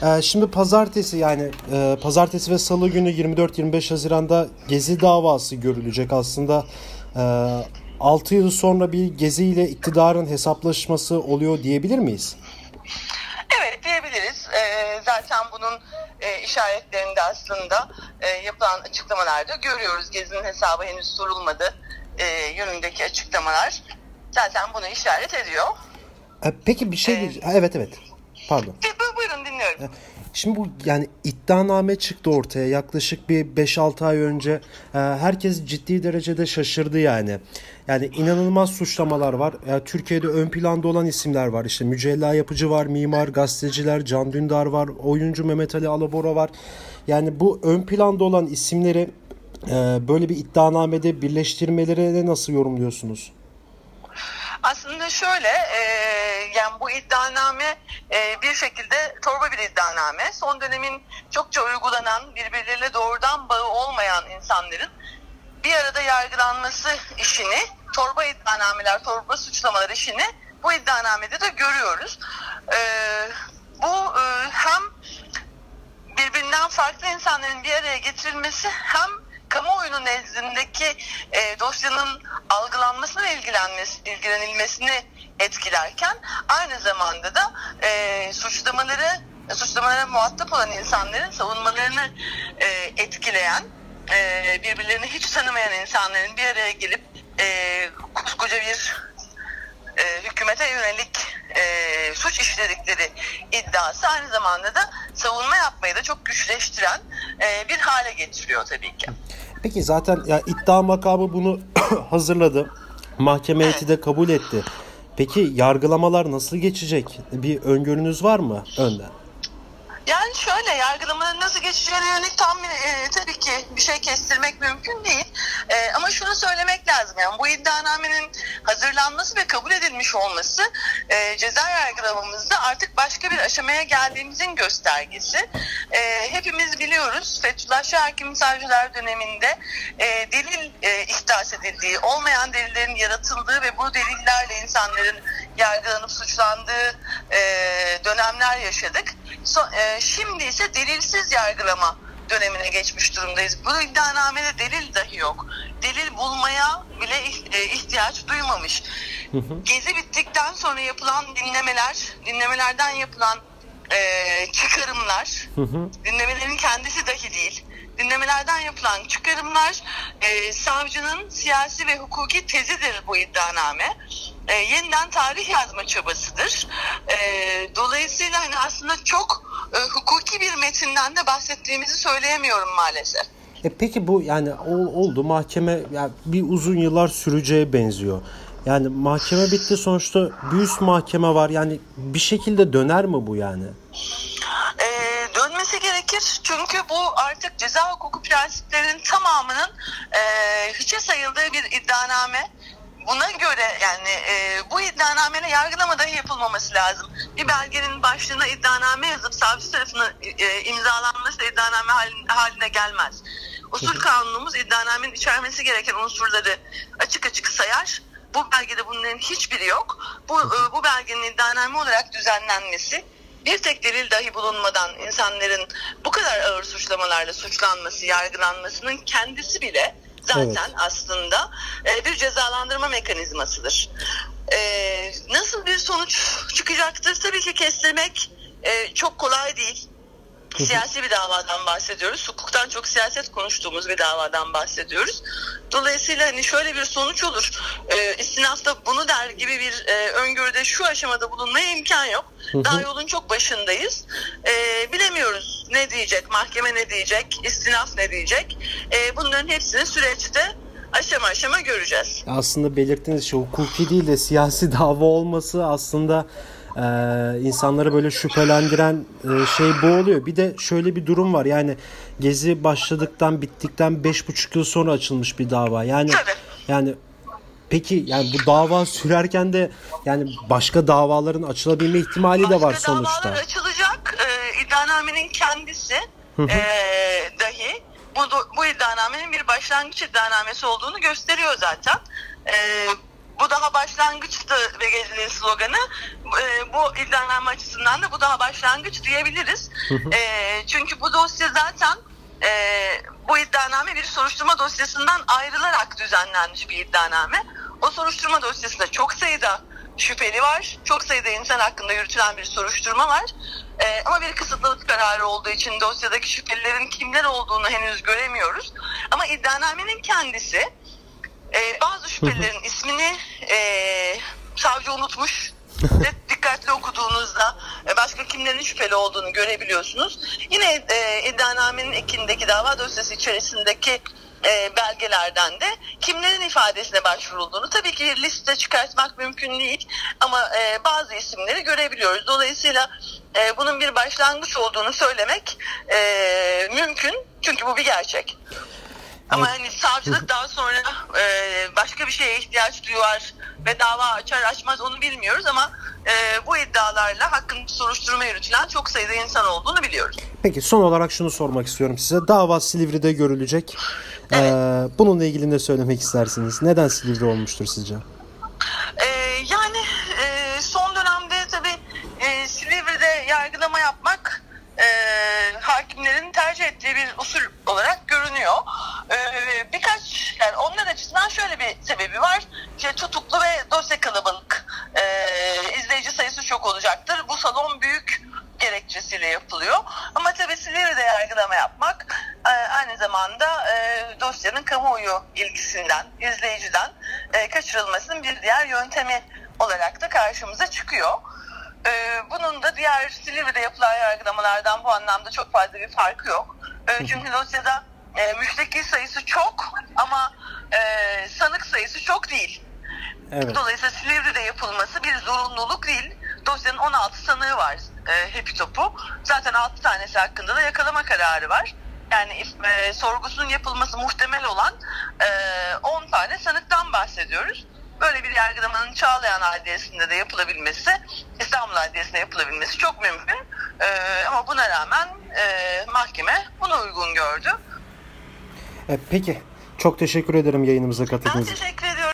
Şimdi pazartesi ve salı günü 24-25 Haziran'da Gezi davası görülecek aslında. 6 yıl sonra bir Gezi ile iktidarın hesaplaşması oluyor diyebilir miyiz? Evet, diyebiliriz. Zaten bunun işaretlerinde aslında yapılan açıklamalarda görüyoruz. Gezi'nin hesabı henüz sorulmadı yönündeki açıklamalar zaten bunu işaret ediyor. Peki bir şey... Evet. Pardon. Buyurun, dinliyorum. Şimdi bu iddianame çıktı ortaya yaklaşık bir 5-6 ay önce. Herkes ciddi derecede şaşırdı yani. Yani inanılmaz suçlamalar var. Türkiye'de ön planda olan isimler var. İşte Mücella Yapıcı var, mimar, gazeteciler, Can Dündar var, oyuncu Mehmet Ali Alabora var. Yani bu ön planda olan isimleri böyle bir iddianamede birleştirmeleri nasıl yorumluyorsunuz? Aslında şöyle, yani bu iddianame bir şekilde torba bir iddianame. Son dönemin çokça uygulanan, birbirleriyle doğrudan bağı olmayan insanların bir arada yargılanması işini, torba iddianameler, torba suçlamalar işini bu iddianamede de görüyoruz. Bu hem birbirinden farklı insanların bir araya getirilmesi, hem kamuoyunun nezdindeki dosyanın algılanmasına ilgilenilmesini etkilerken aynı zamanda da suçlamalara muhatap olan insanların savunmalarını etkileyen, birbirlerini hiç tanımayan insanların bir araya gelip koskoca bir hükümete yönelik suç işledikleri iddiası aynı zamanda da savunma yapmayı da çok güçleştiren bir hale getiriyor tabii ki. Peki zaten iddia makamı bunu hazırladı. Mahkeme heyeti de kabul etti. Peki yargılamalar nasıl geçecek? Bir öngörünüz var mı önden? Yani şöyle, yargılamaların nasıl geçeceğine yönelik tam tabii ki bir şey kestirmek mümkün değil. Ama şunu söylemek lazım, yani bu iddianamenin hazırlanması ve kabul edilmiş olması ceza yargılamamızda artık başka bir aşamaya geldiğimizin göstergesi. Hepimiz biliyoruz, Fethullah Şahin savcılar döneminde delil ihdas edildiği, olmayan delillerin yaratıldığı ve bu delillerle insanların yargılanıp suçlandığı dönemler yaşadık. Şimdi ise delilsiz yargılama dönemine geçmiş durumdayız. Bu iddianamede delil dahi yok. Delil bulmaya bile ihtiyaç duymamış. Gezi bittikten sonra yapılan dinlemelerden yapılan çıkarımlar, dinlemelerin kendisi dahi değil, dinlemelerden yapılan çıkarımlar savcının siyasi ve hukuki tezidir bu iddianame. Yeniden tarih yazma çabasıdır. Dolayısıyla aslında çok hukuki bir metinden de bahsettiğimizi söyleyemiyorum maalesef. Peki bu oldu, mahkeme bir uzun yıllar süreceğe benziyor. Yani mahkeme bitti, sonuçta bir üst mahkeme var. Yani bir şekilde döner mi bu yani? Dönmesi gerekir. Çünkü bu artık ceza hukuku prensiplerinin tamamının hiçe sayıldığı bir iddianame. Buna göre bu iddianameyle yargılama dahi yapılmaması lazım. Bir belgenin başlığına iddianame yazıp savcı tarafından imzalanması da iddianame haline gelmez. Usul kanunumuz iddianamenin içermesi gereken unsurları açık açık sayar. Bu belgede bunların hiçbiri yok. Bu belgenin iddianame olarak düzenlenmesi, bir tek delil dahi bulunmadan insanların bu kadar ağır suçlamalarla suçlanması, yargılanmasının kendisi bile zaten aslında bir cezalandırma mekanizmasıdır. Nasıl bir sonuç çıkacaktır? Tabii ki kestirmek çok kolay değil. Siyasi bir davadan bahsediyoruz. Hukuktan çok siyaset konuştuğumuz bir davadan bahsediyoruz. Dolayısıyla şöyle bir sonuç olur. İstinafta bunu der gibi bir öngörüde şu aşamada bulunmaya imkan yok. Daha yolun çok başındayız. Bilemiyoruz ne diyecek, mahkeme ne diyecek, istinaf ne diyecek. Bunların hepsini süreçte aşama aşama göreceğiz. Aslında belirttiğiniz şey hukuki değil de siyasi dava olması aslında insanları böyle şüphelendiren şey bu oluyor. Bir de şöyle bir durum var. Yani Gezi başladıktan bittikten 5,5 yıl sonra açılmış bir dava. Yani peki bu dava sürerken de başka davaların açılabilme ihtimali de var sonuçta. Başka davalar açılacak. İddianamenin kendisi dahi bu iddianamenin bir başlangıç iddianamesi olduğunu gösteriyor zaten. bu daha başlangıçtı Vegeli'nin sloganı. Bu iddianame açısından da bu daha başlangıç diyebiliriz. Çünkü bu dosya zaten bu iddianame bir soruşturma dosyasından ayrılarak düzenlenmiş bir iddianame. O soruşturma dosyasında çok sayıda şüpheli var. Çok sayıda insan hakkında yürütülen bir soruşturma var. Ama bir kısıtlılık kararı olduğu için dosyadaki şüphelilerin kimler olduğunu henüz göremiyoruz. Ama iddianamenin kendisi bazı şüphelilerin ismini savcı unutmuş. Dikkatli okuduğunuzda başka kimlerin şüpheli olduğunu görebiliyorsunuz. Yine iddianamenin ekindeki dava dosyası içerisindeki belgelerden de kimlerin ifadesine başvurulduğunu, tabii ki liste çıkartmak mümkün değil ama bazı isimleri görebiliyoruz. Dolayısıyla bunun bir başlangıç olduğunu söylemek mümkün, çünkü bu bir gerçek. Ama hani savcılık daha sonra başka bir şeye ihtiyaç duyar ve dava açar açmaz onu bilmiyoruz ama bu iddialarla hakkında soruşturma yürütülen çok sayıda insan olduğunu biliyoruz. Peki son olarak şunu sormak istiyorum size. Dava Silivri'de görülecek. Evet. Bununla ilgili ne söylemek istersiniz? Neden Silivri olmuştur sizce? Yani son dönemde tabii Silivri'de yargılama yapmak hakimlerin tercih ettiği bir usul olarak görünüyor. Yani onlar açısından şöyle bir sebebi var. Tutuklu ve dosya kalabalık. İzleyici sayısı çok olacaktır. Bu salon büyük gerekçesiyle yapılıyor. Ama tabii Silivri'de yargılama yapmak aynı zamanda dosyanın kamuoyu ilgisinden, izleyiciden kaçırılmasının bir diğer yöntemi olarak da karşımıza çıkıyor. Bunun da diğer Silivri'de yapılan yargılamalardan bu anlamda çok fazla bir farkı yok. Çünkü dosyada müşteki sayısı çok ama sanık sayısı çok değil. Evet. Dolayısıyla Silivri'de yapılması bir zorunluluk değil. Dosyanın 16 sanığı var hepi topu. Zaten 6 tanesi hakkında da yakalama kararı var. Yani sorgusunun yapılması muhtemel olan 10 tane sanıktan bahsediyoruz. Böyle bir yargılamanın Çağlayan Adliyesi'nde de yapılabilmesi, İstanbul Adliyesi'nde yapılabilmesi çok mümkün. Ama buna rağmen mahkeme bunu uygun gördü. Peki. Çok teşekkür ederim yayınımıza katıldığınız için. Ben teşekkür